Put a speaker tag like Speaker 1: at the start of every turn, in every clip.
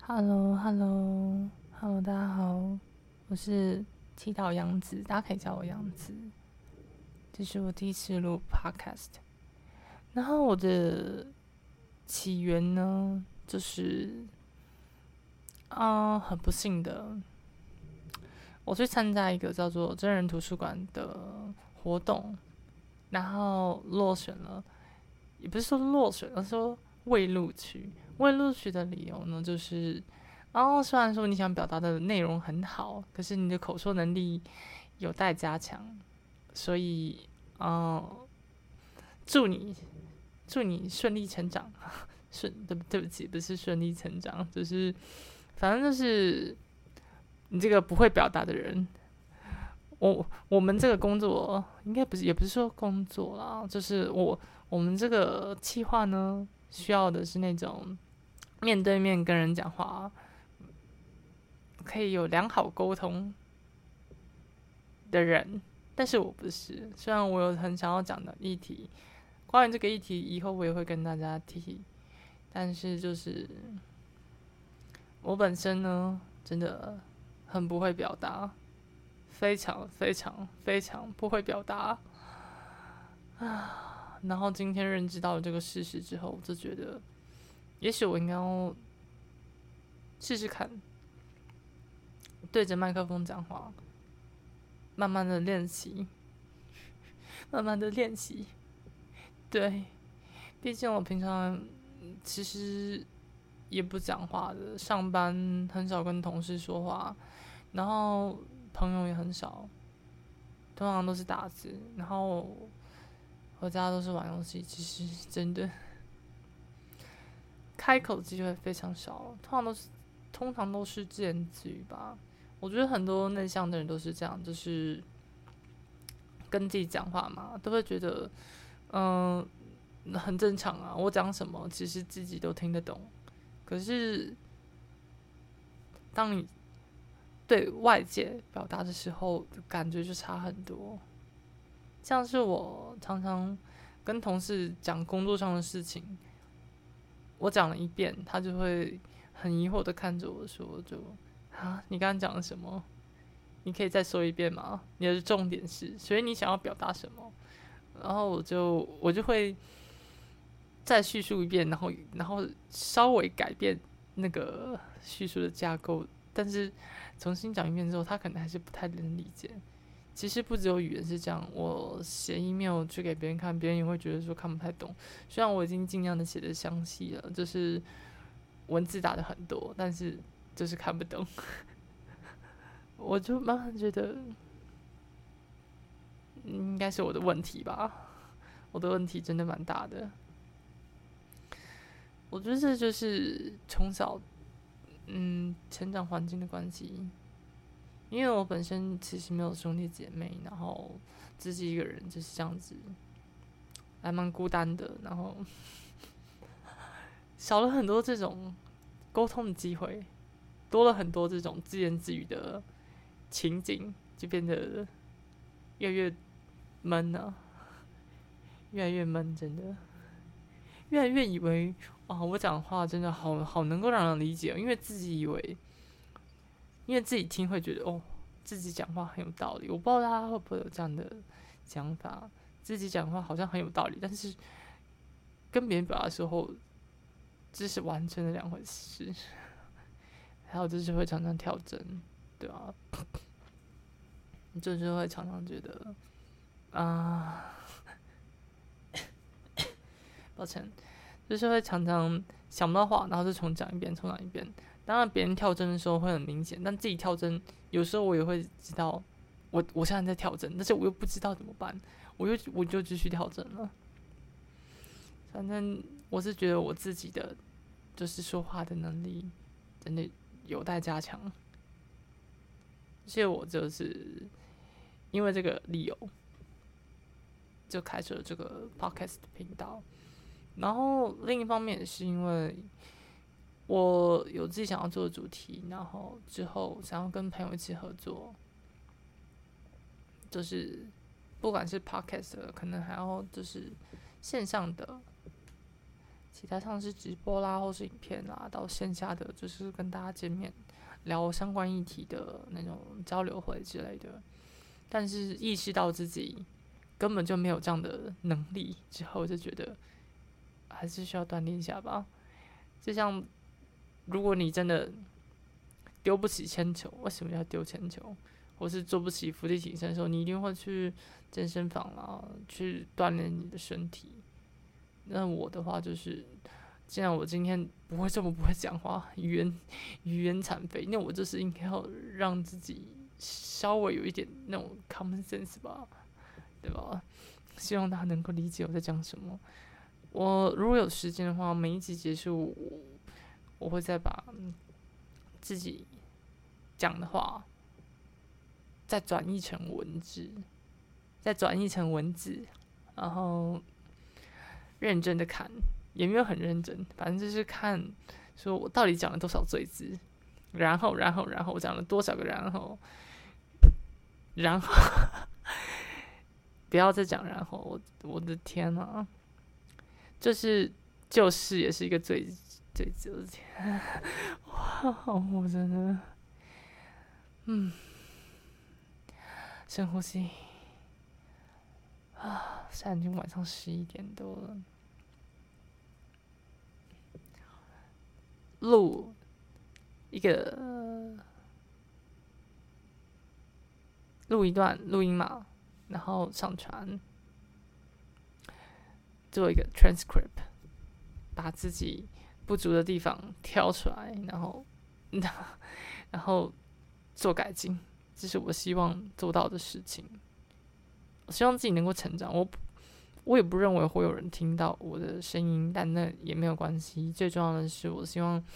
Speaker 1: Hello，大家好，我是祈祷杨子，大家可以叫我杨子。这是我第一次录 podcast，然后我的起源呢，就是很不幸的，我去参加一个叫做真人图书馆的活动，然后落选了，也不是说落选，而是说未录取。未录取的理由呢，就是虽然说你想表达的内容很好，可是你的口说能力有待加强，所以祝你顺利成长。对不起，不是顺利成长，就是反正就是你这个不会表达的人，我们这个工作应该不是，也不是说工作啦，就是我们这个企划呢，需要的是那种面对面跟人讲话，可以有良好沟通的人，但是我不是。虽然我有很想要讲的议题，关于这个议题以后我也会跟大家提，但是就是我本身呢，真的很不会表达，非常非常非常不会表达啊。然后今天认知到了这个事实之后，我就觉得，也许我应该要试试看，对着麦克风讲话，慢慢的练习，慢慢的练习。对，毕竟我平常其实也不讲话的，上班很少跟同事说话，然后朋友也很少，通常都是打字，然后回家都是玩游戏。其实真的开口的机会非常少，通常都是自言自语吧。我觉得很多内向的人都是这样，就是跟自己讲话嘛，都会觉得很正常啊。我讲什么其实自己都听得懂，可是当你对外界表达的时候，感觉就差很多。像是我常常跟同事讲工作上的事情，我讲了一遍，他就会很疑惑的看着我说：你刚刚讲了什么？你可以再说一遍吗？你的重点是，所以你想要表达什么？然后我就会再叙述一遍，然后稍微改变那个叙述的架构，但是重新讲一遍之后，他可能还是不太能理解。其实不只有语言是这样，我写 email 去给别人看，别人也会觉得说看不太懂。虽然我已经尽量的写的详细了，就是文字打的很多，但是就是看不懂。我就慢慢觉得，应该是我的问题吧。我的问题真的蛮大的。我觉得这就是从小成长环境的关系，因为我本身其实没有兄弟姐妹，然后自己一个人就是这样子，还蛮孤单的，然后少了很多这种沟通的机会，多了很多这种自言自语的情景，就变得越来越闷了，越来越闷，真的越来越以为我讲话真的好能够让人理解，因为自己以为，因为自己听会觉得自己讲话很有道理。我不知道大家会不会有这样的想法，自己讲话好像很有道理，但是跟别人表达的时候，这是完全的两回事。还有就是会常常跳针，对啊，就是会常常觉得抱歉，就是会常常想不到话，然后就重讲一遍，重讲一遍。当然，别人跳针的时候会很明显，但自己跳针，有时候我也会知道，我现在在跳针，但是我又不知道怎么办，我就继续跳针了。反正我是觉得我自己的就是说话的能力真的有待加强，所以我就是因为这个理由，就开设了这个 podcast 频道。然后另一方面也是因为我有自己想要做的主题，然后之后想要跟朋友一起合作，就是不管是 podcast 的可能还要就是线上的其他像是直播啦，或是影片啦，到线下的就是跟大家见面聊相关议题的那种交流会之类的。但是意识到自己根本就没有这样的能力之后，就觉得还是需要锻炼一下吧。就像如果你真的丢不起铅球，为什么要丢铅球？或是做不起伏地挺身的时候，你一定会去健身房啦，去锻炼你的身体。那我的话就是，既然我今天不会讲话，语言残废，那我就是应该要让自己稍微有一点那种 common sense 吧，对吧？希望大家能够理解我在讲什么。我如果有时间的话，每一集结束，我会再把自己讲的话再转译成文字，然后认真的看，也没有很认真，反正就是看，说我到底讲了多少罪字，然后我讲了多少个然后不要再讲然后，我的天啊，就是也是一个罪字，哇，我真的，深呼吸啊，现在已经晚上11点多了。录一段录音嘛，然后上传，做一个 transcript， 把自己不足的地方挑出来，然后做改进，这是我希望做到的事情。我希望自己能够成长，我也不认为会有人听到我的声音，但那也没有关系。最重要的是，我希望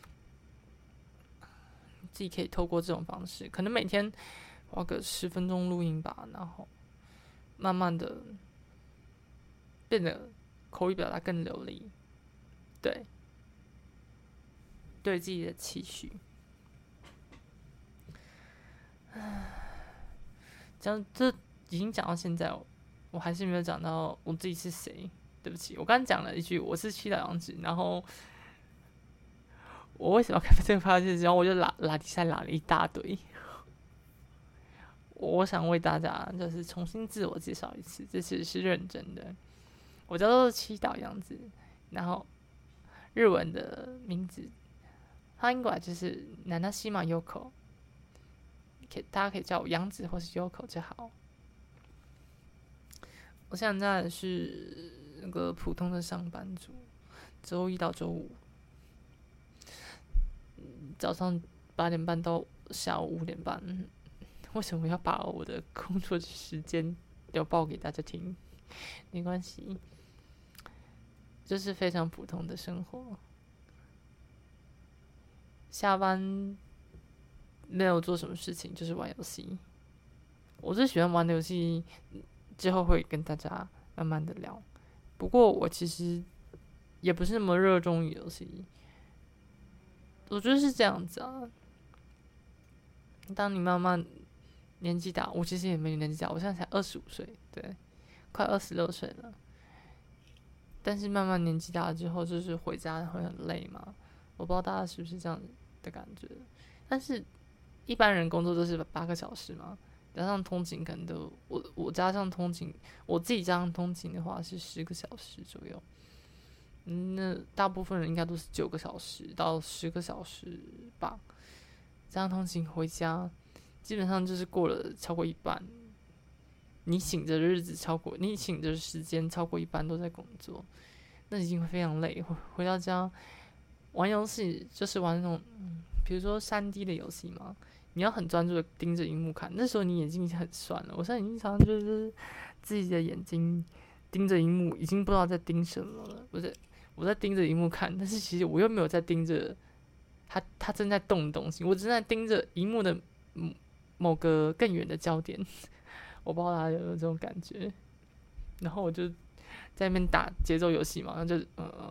Speaker 1: 自己可以透过这种方式，可能每天花个10分钟录音吧，然后慢慢的变得口语表达更流利。对自己的期许。这已经讲到现在，我还是没有讲到我自己是谁。对不起，我刚讲了一句我是七岛洋子，然后我为什么要开这个 podcast？ 然后我就拉比赛拉了一大堆。我想为大家就是重新自我介绍一次，这次是认真的。我叫做七岛洋子，然后日文的名字翻译过来就是南大西马 Yoko， 大家可以叫我洋子或是 Yoko 就好。我现在是那个普通的上班族，周一到周五，早上8点半到下午5点半。为什么要把我的工作时间都报给大家听？没关系，就是非常普通的生活。下班没有做什么事情，就是玩游戏。我最喜欢玩的游戏，之后会跟大家慢慢的聊。不过我其实也不是那么热衷于游戏，我觉得是这样子啊。当你慢慢年纪大，我其实也没年纪大，我现在才25岁，对，快26岁了。但是慢慢年纪大了之后，就是回家会很累嘛。我不知道大家是不是这样的感觉，但是一般人工作都是8个小时嘛，加上通勤可能都我加上通勤，我自己加上通勤的话是10个小时左右。那大部分人应该都是9个小时到10个小时吧，加上通勤回家，基本上就是过了超过一半。你醒着的日子你醒着的时间超过一半都在工作，那已经会非常累。回到家玩游戏就是玩那种，比如说3D 的游戏嘛，你要很专注的盯着荧幕看，那时候你眼睛已经很酸了。我现在已经常常就是自己的眼睛盯着荧幕，已经不知道在盯什么了。我在盯着荧幕看，但是其实我又没有在盯着它正在动的东西，我正在盯着荧幕的某个更远的焦点。我不知道大家有没有这种感觉。然后我就在那边打节奏游戏嘛，然后就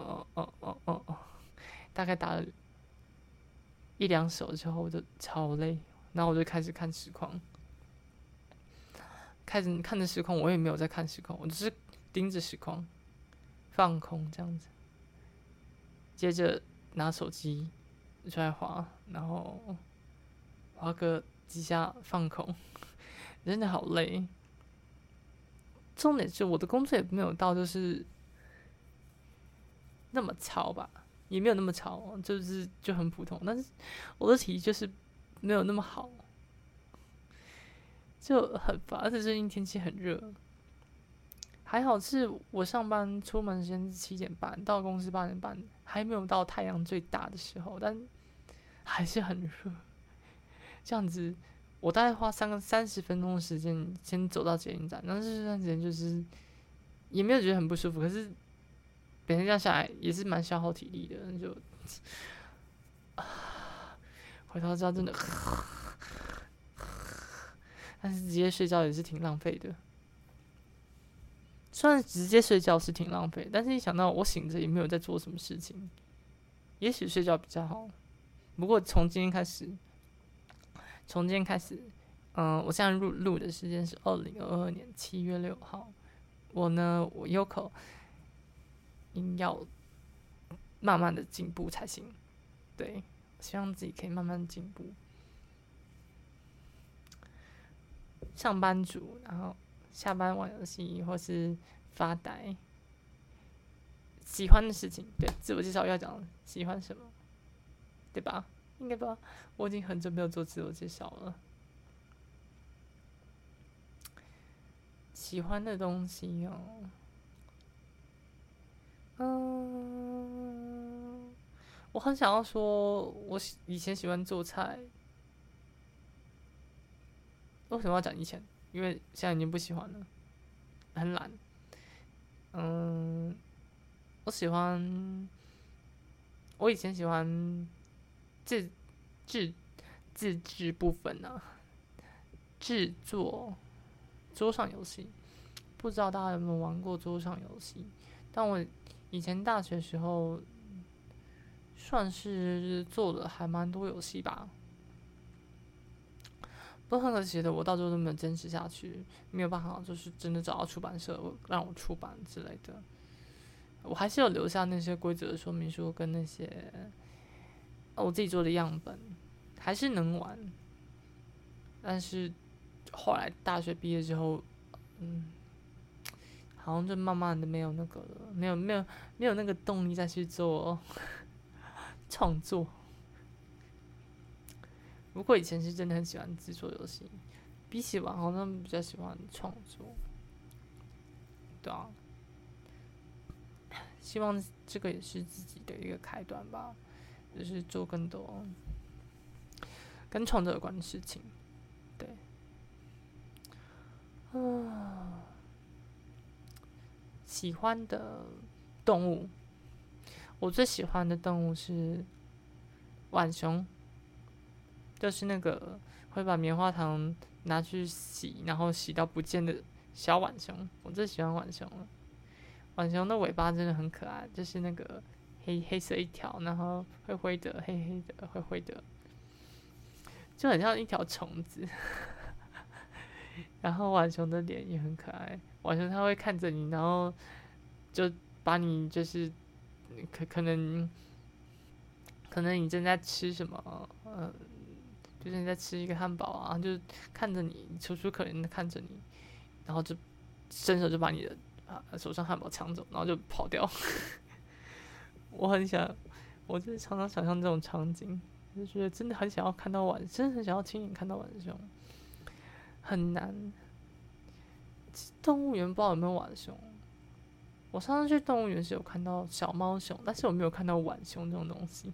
Speaker 1: 大概打了1-2首之后，我就超累，然后我就开始看实况，开始看着实况，我也没有在看实况，我只是盯着实况放空这样子。 接着拿手机出来滑，然后滑个几下放空，真的好累。重点是我的工作也没有到就是那么糙吧，也没有那么糙，就很普通。但是我的体力就是没有那么好，就很烦。而且最近天气很热，还好是我上班出门时间是7点半，到公司8点半，还没有到太阳最大的时候，但还是很热。这样子，我大概花30分钟的时间先走到捷运站，但是这段时间就是也没有觉得很不舒服，可是每天这样下来也是蛮消耗体力的，就回到家真的，但是直接睡觉也是挺浪费的。虽然直接睡觉是挺浪费，但是一想到我醒着也没有在做什么事情，也许睡觉比较好。不过从今天开始，我现在录的时间是2022年7月6号。我 Yoko 应要慢慢的进步才行。对，希望自己可以慢慢进步。上班族，然后下班玩游戏或是发呆，喜欢的事情，对，自我介绍要讲喜欢什么，对吧？应该吧？我已经很久没有做自我介绍了。喜欢的东西哦，我很想要说，我以前喜欢做菜。为什么要讲以前？因为现在已经不喜欢了，很懒。我喜欢，我以前喜欢自制自制部分啊，制作桌上游戏。不知道大家有没有玩过桌上游戏？但我以前大学时候算是做了还蛮多游戏吧。不过很可惜的，我到最后都没有坚持下去，没有办法，就是真的找到出版社让我出版之类的。我还是有留下那些规则的说明书跟那些我自己做的样本，还是能玩。但是后来大学毕业之后，好像就慢慢的没有那个了，没有那个动力再去做创作。不过以前是真的很喜欢制作游戏，比起玩好像比较喜欢创作。对啊，希望这个也是自己的一个开端吧，就是做更多跟创作有关的事情。对，喜欢的动物，我最喜欢的动物是浣熊，就是那个会把棉花糖拿去洗，然后洗到不见的小浣熊。我最喜欢浣熊了。浣熊的尾巴真的很可爱，就是那个黑色一条，然后灰灰的、黑黑的、灰灰的，就很像一条虫子。然后浣熊的脸也很可爱，浣熊它会看着你，然后就把你就是可能你正在吃什么，就是你在吃一个汉堡啊，就看着你，楚楚可怜的看着你，然后就伸手就把你的手上汉堡抢走，然后就跑掉。我很想，我就是常常想象这种场景，就觉得真的很想要看到真的很想要亲眼看到浣熊，很难。动物园不知道有没有浣熊。我上次去动物园是有看到小猫熊，但是我没有看到浣熊这种东西。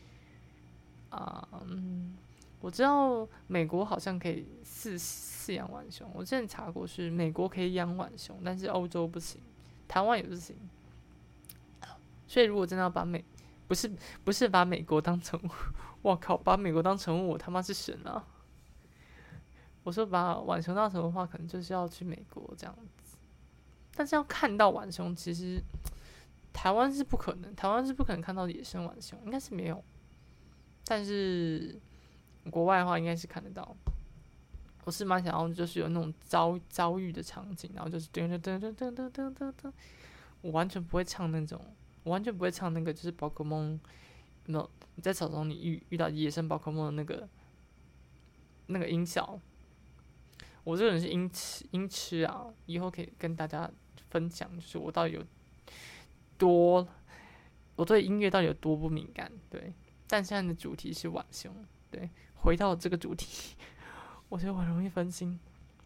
Speaker 1: 我知道美国好像可以饲养浣熊，我之前查过是美国可以养浣熊，但是欧洲不行，台湾也不行。所以如果真的要把不是把美国当宠物，我靠，把美国当宠物，我他妈是神啊！我说把浣熊当宠物的话，可能就是要去美国这样子。但是要看到浣熊，其实台湾是不可能，看到野生浣熊，应该是没有。但是国外的话，应该是看得到。我是蛮想要，就是有那种遭遇的场景，然后就是噔噔噔噔噔噔噔噔，我完全不会唱那种我完全不会唱那个就是宝可梦，没有你在草丛里遇到野生宝可梦的那个音效。我这个人是音痴啊，以后可以跟大家分享，就是我到底有多，我对音乐到底有多不敏感。对，但现在的主题是浣熊，对，回到这个主题，我觉得我很容易分心，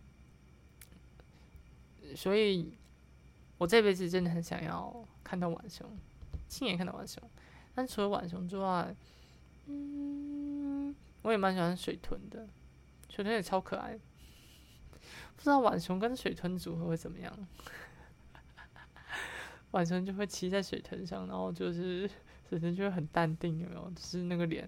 Speaker 1: 所以我这辈子真的很想要看到浣熊，亲眼看到浣熊。但除了浣熊之外，我也蛮喜欢水豚的，水豚也超可爱。不知道浣熊跟水豚组合会怎么样？浣熊就会骑在水豚上，然后就是水豚就会很淡定，有没有？就是那个脸，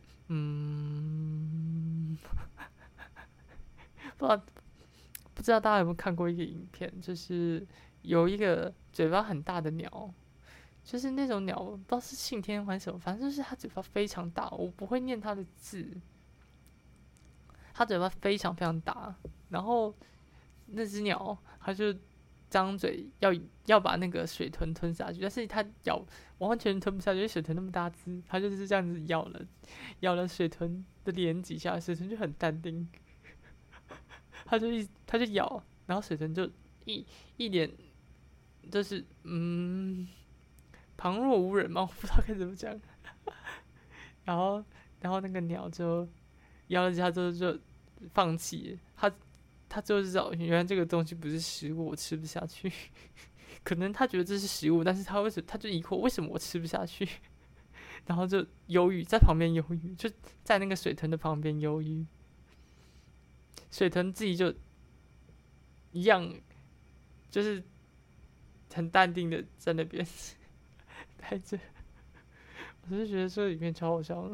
Speaker 1: 不知道大家有没有看过一个影片，就是有一个嘴巴很大的鸟，就是那种鸟，不知道是信天还是什么，反正就是它嘴巴非常大，我不会念它的字，它嘴巴非常非常大，然后那只鸟它就张嘴要把那个水豚吞下去，但是它完全吞不下去，因为水豚那么大只，它就是这样子咬了水豚的脸几下，水豚就很淡定，它就咬，然后水豚就一脸就是旁若无人嘛，我不知道该怎么讲。然后那个鸟就咬了几下之后就放弃了，它最后知道原来这个东西不是食物，我吃不下去。可能他觉得这是食物，但是他就疑惑为什么我吃不下去，然后就犹豫在旁边犹豫，就在那个水豚的旁边犹豫。水豚自己就一样，就是很淡定的在那边待着。我是觉得这里面超好笑的。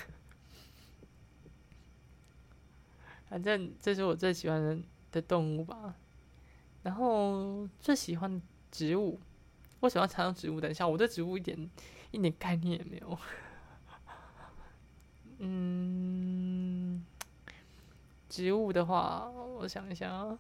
Speaker 1: 反正这是我最喜欢的动物吧。然后最喜欢的植物，我喜欢谈到植物。等一下，我对植物一点概念也没有。植物的话，我想一下啊。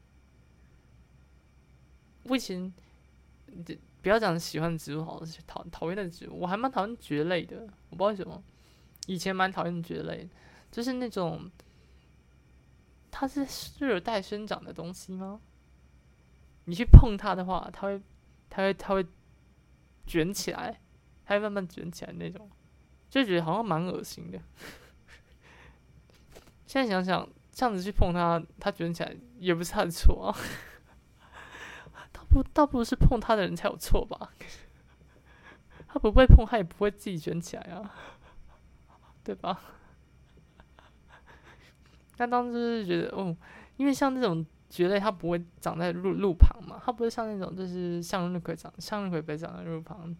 Speaker 1: 我以前不要讲喜欢的植物好了，是讨厌的植物，我还蛮讨厌蕨类的。我不知道为什么，以前蛮讨厌蕨类，就是那种它是热带生长的东西吗？你去碰它的话，它会卷起来，它会慢慢卷起来那种，就觉得好像蛮恶心的。现在想想，这样子去碰它，它卷起来也不是它的错啊。倒不如是碰它的人才有错吧？他不会碰，他也不会自己卷起来啊，对吧？但当时就是觉得，因为像这种蕨类，它不会长在路旁嘛，它不会像那种就是向日葵不会长在路旁，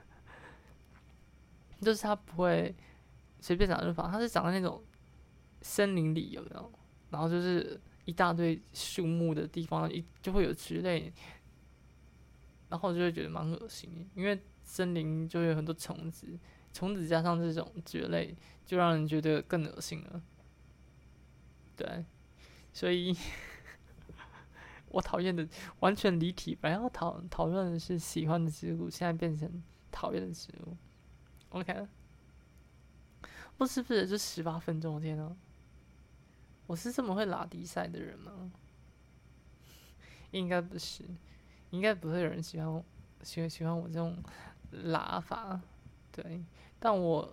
Speaker 1: 就是它不会随便长在路旁，它是长在那种森林里，有没有？然后就是一大堆树木的地方，就会有蕨类，然后我就会觉得蛮恶心的，因为森林就会有很多虫子，虫子加上这种蕨类，就让人觉得更恶心了。对，所以我讨厌的完全离题，本来要讨论的是喜欢的植物，现在变成讨厌的植物。OK， 我是不是就18分钟？天啊！我是这么会拉低赛的人吗？应该不是，应该不会有人喜欢我这种拉法。对，但我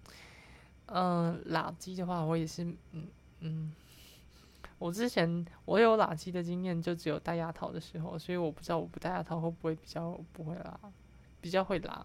Speaker 1: 拉鸡的话，我也是我之前我有拉鸡的经验，就只有戴牙套的时候，所以我不知道我不戴牙套会不会比较不会拉，比较会拉。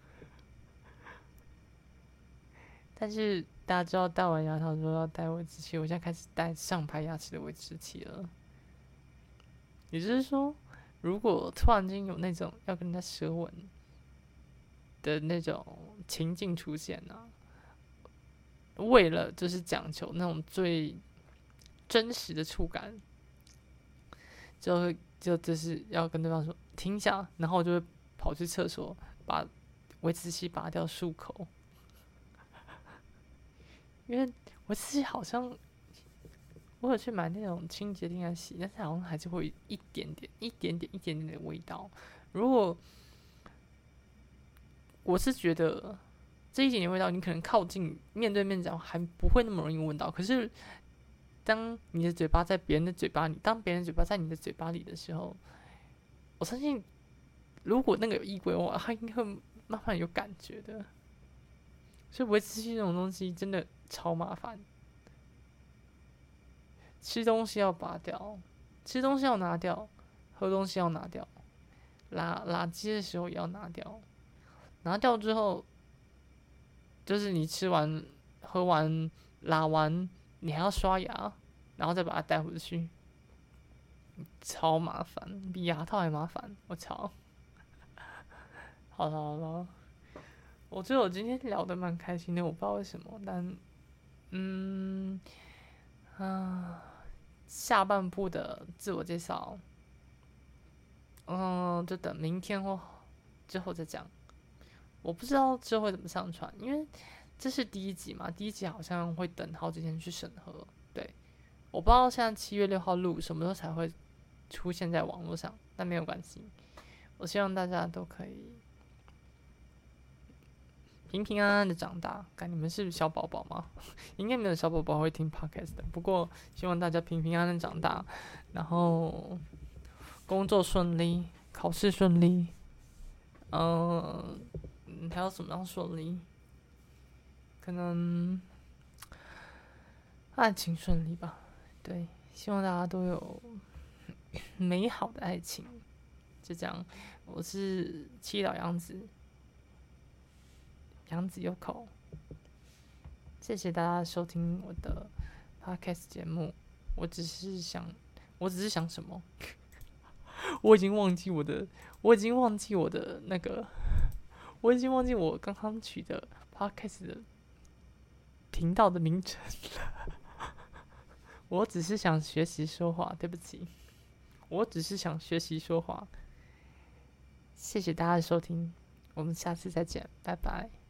Speaker 1: 但是大家知道戴完牙套之后要戴维持器，我现在开始戴上排牙齿的维持器了。也就是说，如果突然间有那种要跟人家舌吻的那种情境出现啊，为了就是讲求那种最真实的触感，就是要跟对方说停下，然后我就会跑去厕所把维持器拔掉漱口，因为维持器好像我有去买那种清洁剂来洗，但是好像还是会有一点点的味道。如果我是觉得这一点点味道，你可能靠近面对面讲还不会那么容易闻到，可是当你的嘴巴在别人的嘴巴里，当别人的嘴巴在你的嘴巴里的时候，我相信如果那个有异味的话，他应该会慢慢有感觉的。所以维持器这种东西真的超麻烦，吃东西要拔掉，吃东西要拿掉，喝东西要拿掉，拉鸡的时候也要拿掉。拿掉之后，就是你吃完、喝完、拉完，你还要刷牙，然后再把它带回去，超麻烦，比牙套还麻烦。我操！好了好了，我觉得我今天聊得蛮开心的，我不知道为什么，但下半部的自我介绍，就等明天或之后再讲。我不知道之后会怎么上传，因为这是第一集嘛，第一集好像会等好几天去审核。对，我不知道现在7月6号录什么时候才会出现在网络上，但没有关系。我希望大家都可以平平安安的长大。看你们是小宝宝吗？应该没有小宝宝会听 podcast 的。不过希望大家平平安安长大，然后工作顺利，考试顺利，还有什么样顺利？可能爱情顺利吧。对，希望大家都有美好的爱情。就这样，我是七岛洋子，洋子有口。谢谢大家收听我的 podcast 节目。我只是想什么？我已经忘记我的那个，我已经忘记我刚刚取的 podcast 的频道的名称了。我只是想学习说话，对不起，我只是想学习说话。谢谢大家的收听，我们下次再见，拜拜。